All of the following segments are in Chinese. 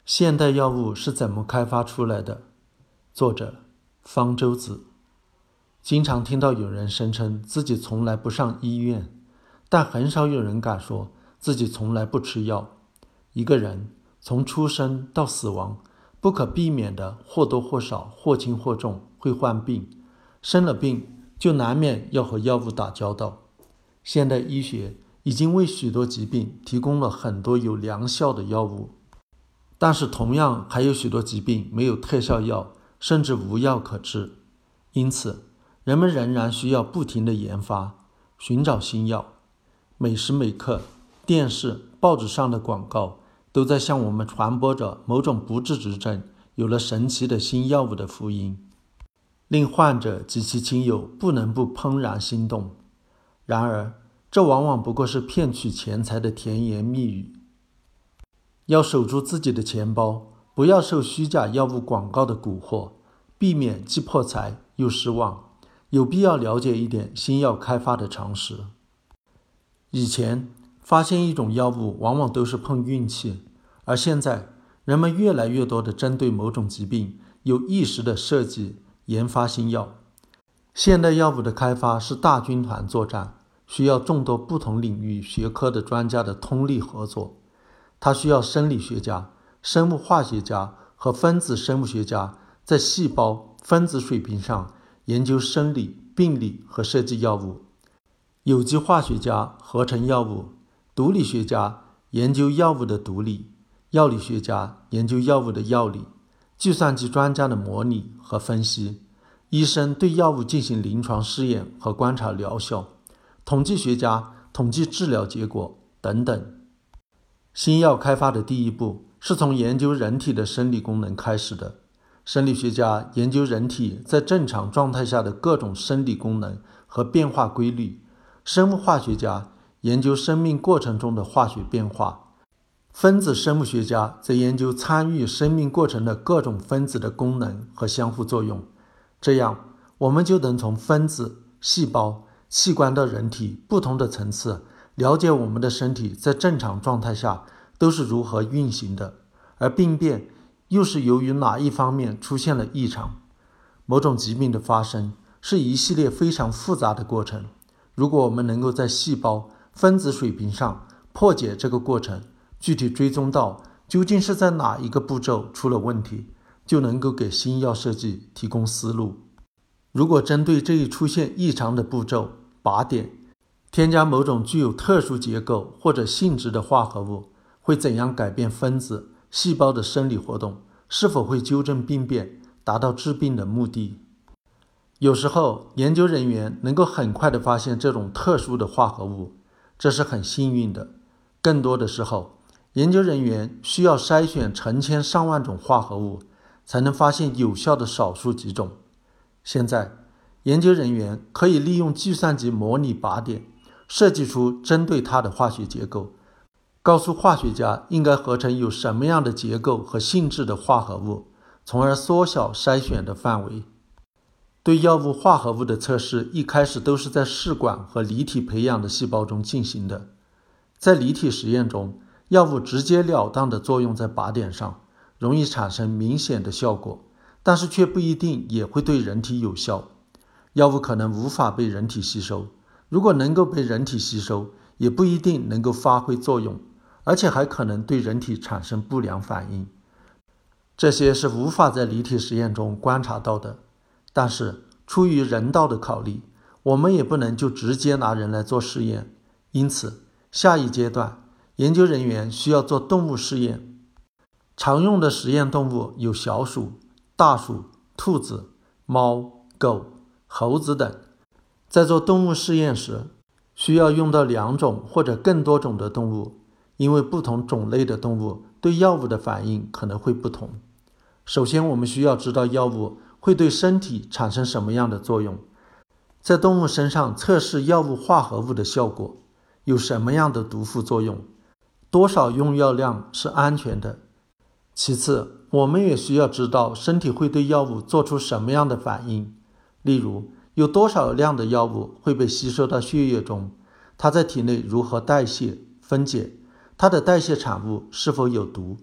现代药物是怎么开发出来的？作者方舟子。经常听到有人声称自己从来不上医院，但很少有人敢说自己从来不吃药。一个人从出生到死亡，不可避免的或多或少、或轻或重会患病，生了病就难免要和药物打交道。现代医学已经为许多疾病提供了很多有疗效的药物，但是同样还有许多疾病没有特效药，甚至无药可治。因此，人们仍然需要不停地研发，寻找新药。每时每刻，电视、报纸上的广告都在向我们传播着某种不治之症有了神奇的新药物的福音，令患者及其亲友不能不怦然心动。然而，这往往不过是骗取钱财的甜言蜜语。要守住自己的钱包，不要受虚假药物广告的蛊惑，避免既破财又失望。有必要了解一点新药开发的常识。以前发现一种药物往往都是碰运气，而现在人们越来越多地针对某种疾病有意识地设计研发新药。现代药物的开发是大军团作战，需要众多不同领域学科的专家的通力合作。它需要生理学家、生物化学家和分子生物学家在细胞、分子水平上研究生理、病理和设计药物；有机化学家合成药物，毒理学家研究药物的毒理，药理学家研究药物的药理，计算机专家的模拟和分析，医生对药物进行临床试验和观察疗效，统计学家统计治疗结果等等。新药开发的第一步是从研究人体的生理功能开始的。生理学家研究人体在正常状态下的各种生理功能和变化规律，生物化学家研究生命过程中的化学变化，分子生物学家则研究参与生命过程的各种分子的功能和相互作用。这样，我们就能从分子、细胞、器官到人体不同的层次了解我们的身体在正常状态下都是如何运行的，而病变又是由于哪一方面出现了异常。某种疾病的发生是一系列非常复杂的过程，如果我们能够在细胞、分子水平上破解这个过程，具体追踪到究竟是在哪一个步骤出了问题，就能够给新药设计提供思路。如果针对这一出现异常的步骤靶点添加某种具有特殊结构或者性质的化合物，会怎样改变分子、细胞的生理活动？是否会纠正病变，达到治病的目的？有时候，研究人员能够很快地发现这种特殊的化合物，这是很幸运的。更多的时候，研究人员需要筛选成千上万种化合物，才能发现有效的少数几种。现在，研究人员可以利用计算机模拟靶点，设计出针对它的化学结构，告诉化学家应该合成有什么样的结构和性质的化合物，从而缩小筛选的范围。对药物化合物的测试一开始都是在试管和离体培养的细胞中进行的。在离体实验中，药物直截了当地作用在靶点上，容易产生明显的效果，但是却不一定也会对人体有效。药物可能无法被人体吸收，如果能够被人体吸收，也不一定能够发挥作用，而且还可能对人体产生不良反应。这些是无法在离体实验中观察到的，但是出于人道的考虑，我们也不能就直接拿人来做试验。因此，下一阶段，研究人员需要做动物试验。常用的实验动物有小鼠、大鼠、兔子、猫、狗、猴子等。在做动物试验时，需要用到2种或者更多种的动物，因为不同种类的动物对药物的反应可能会不同。首先，我们需要知道药物会对身体产生什么样的作用，在动物身上测试药物化合物的效果，有什么样的毒副作用，多少用药量是安全的。其次，我们也需要知道身体会对药物做出什么样的反应，例如有多少量的药物会被吸收到血液中，它在体内如何代谢、分解，它的代谢产物是否有毒。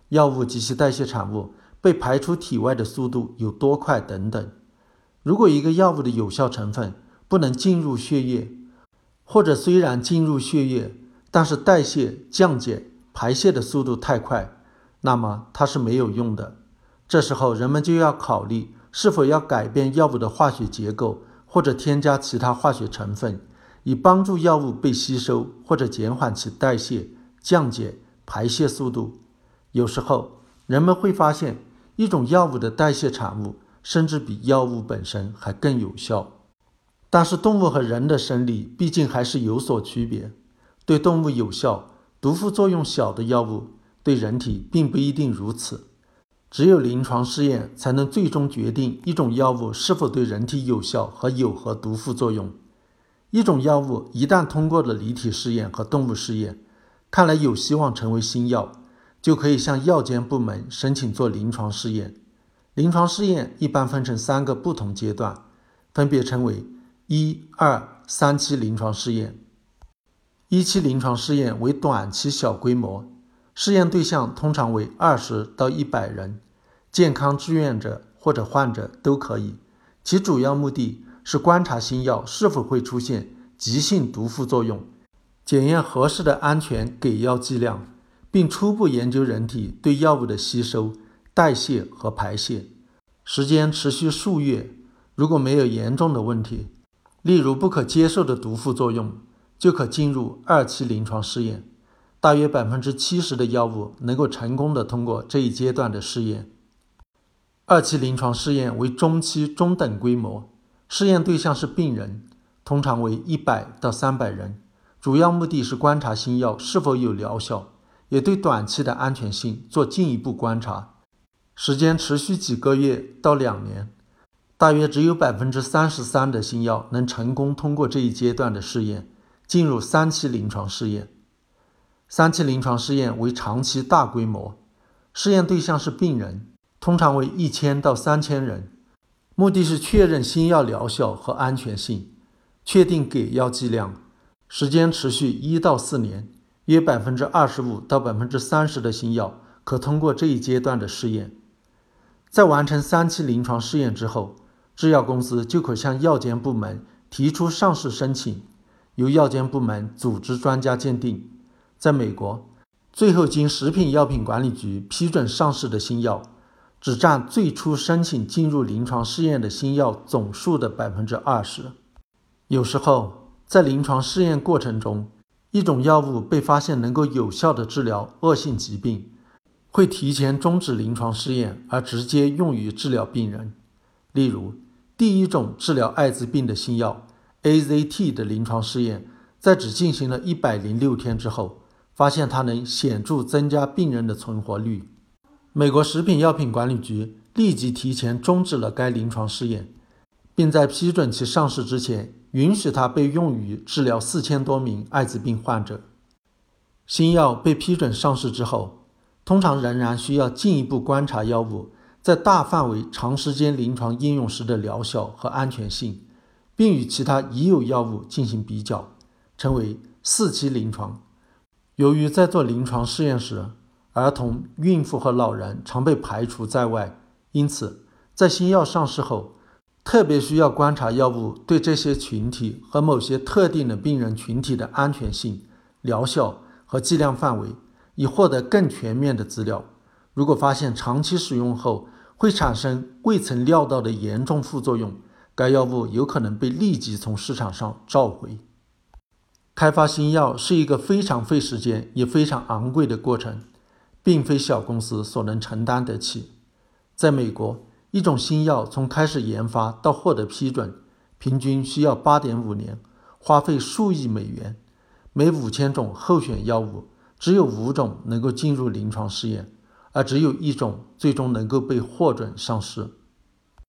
药物及其代谢产物被排出体外的速度有多快等等。如果一个药物的有效成分不能进入血液，或者虽然进入血液，但是代谢、降解、排泄的速度太快，那么它是没有用的。这时候人们就要考虑是否要改变药物的化学结构，或者添加其他化学成分，以帮助药物被吸收，或者减缓其代谢、降解、排泄速度。有时候人们会发现一种药物的代谢产物甚至比药物本身还更有效。但是动物和人的生理毕竟还是有所区别，对动物有效、毒副作用小的药物，对人体并不一定如此。只有临床试验才能最终决定一种药物是否对人体有效和有何毒副作用。一种药物一旦通过了离体试验和动物试验，看来有希望成为新药，就可以向药监部门申请做临床试验。临床试验一般分成3个不同阶段，分别称为1、2、3期临床试验。1期临床试验为短期小规模，试验对象通常为20到100人，健康志愿者或者患者都可以。其主要目的是观察新药是否会出现急性毒副作用，检验合适的安全给药剂量，并初步研究人体对药物的吸收、代谢和排泄。时间持续数月，如果没有严重的问题，例如不可接受的毒副作用，就可进入2期临床试验。大约 70% 的药物能够成功的通过这一阶段的试验。2期临床试验为中期中等规模，试验对象是病人，通常为100到300人，主要目的是观察新药是否有疗效，也对短期的安全性做进一步观察。时间持续几个月到2年。大约只有 33% 的新药能成功通过这一阶段的试验，进入3期临床试验。3期临床试验为长期大规模，试验对象是病人，通常为1000到3000人，目的是确认新药疗效和安全性，确定给药剂量。时间持续1到4年，约 25% 到 30% 的新药可通过这一阶段的试验。在完成3期临床试验之后，制药公司就可向药监部门提出上市申请，由药监部门组织专家鉴定。在美国，最后经食品药品管理局批准上市的新药，只占最初申请进入临床试验的新药总数的 20%。有时候，在临床试验过程中，一种药物被发现能够有效地治疗恶性疾病，会提前终止临床试验而直接用于治疗病人。例如，第一种治疗艾滋病的新药 AZT 的临床试验，在只进行了106天之后，发现它能显著增加病人的存活率。美国食品药品管理局立即提前终止了该临床试验，并在批准其上市之前，允许它被用于治疗4000多名艾滋病患者。新药被批准上市之后，通常仍然需要进一步观察药物在大范围长时间临床应用时的疗效和安全性，并与其他已有药物进行比较，称为4期临床。由于在做临床试验时，儿童、孕妇和老人常被排除在外，因此在新药上市后，特别需要观察药物对这些群体和某些特定的病人群体的安全性、疗效和剂量范围，以获得更全面的资料。如果发现长期使用后会产生未曾料到的严重副作用，该药物有可能被立即从市场上召回。开发新药是一个非常费时间也非常昂贵的过程，并非小公司所能承担得起。在美国，一种新药从开始研发到获得批准，平均需要 8.5 年，花费数亿美元。每5000种候选药物，只有5种能够进入临床试验，而只有1种最终能够被获准上市。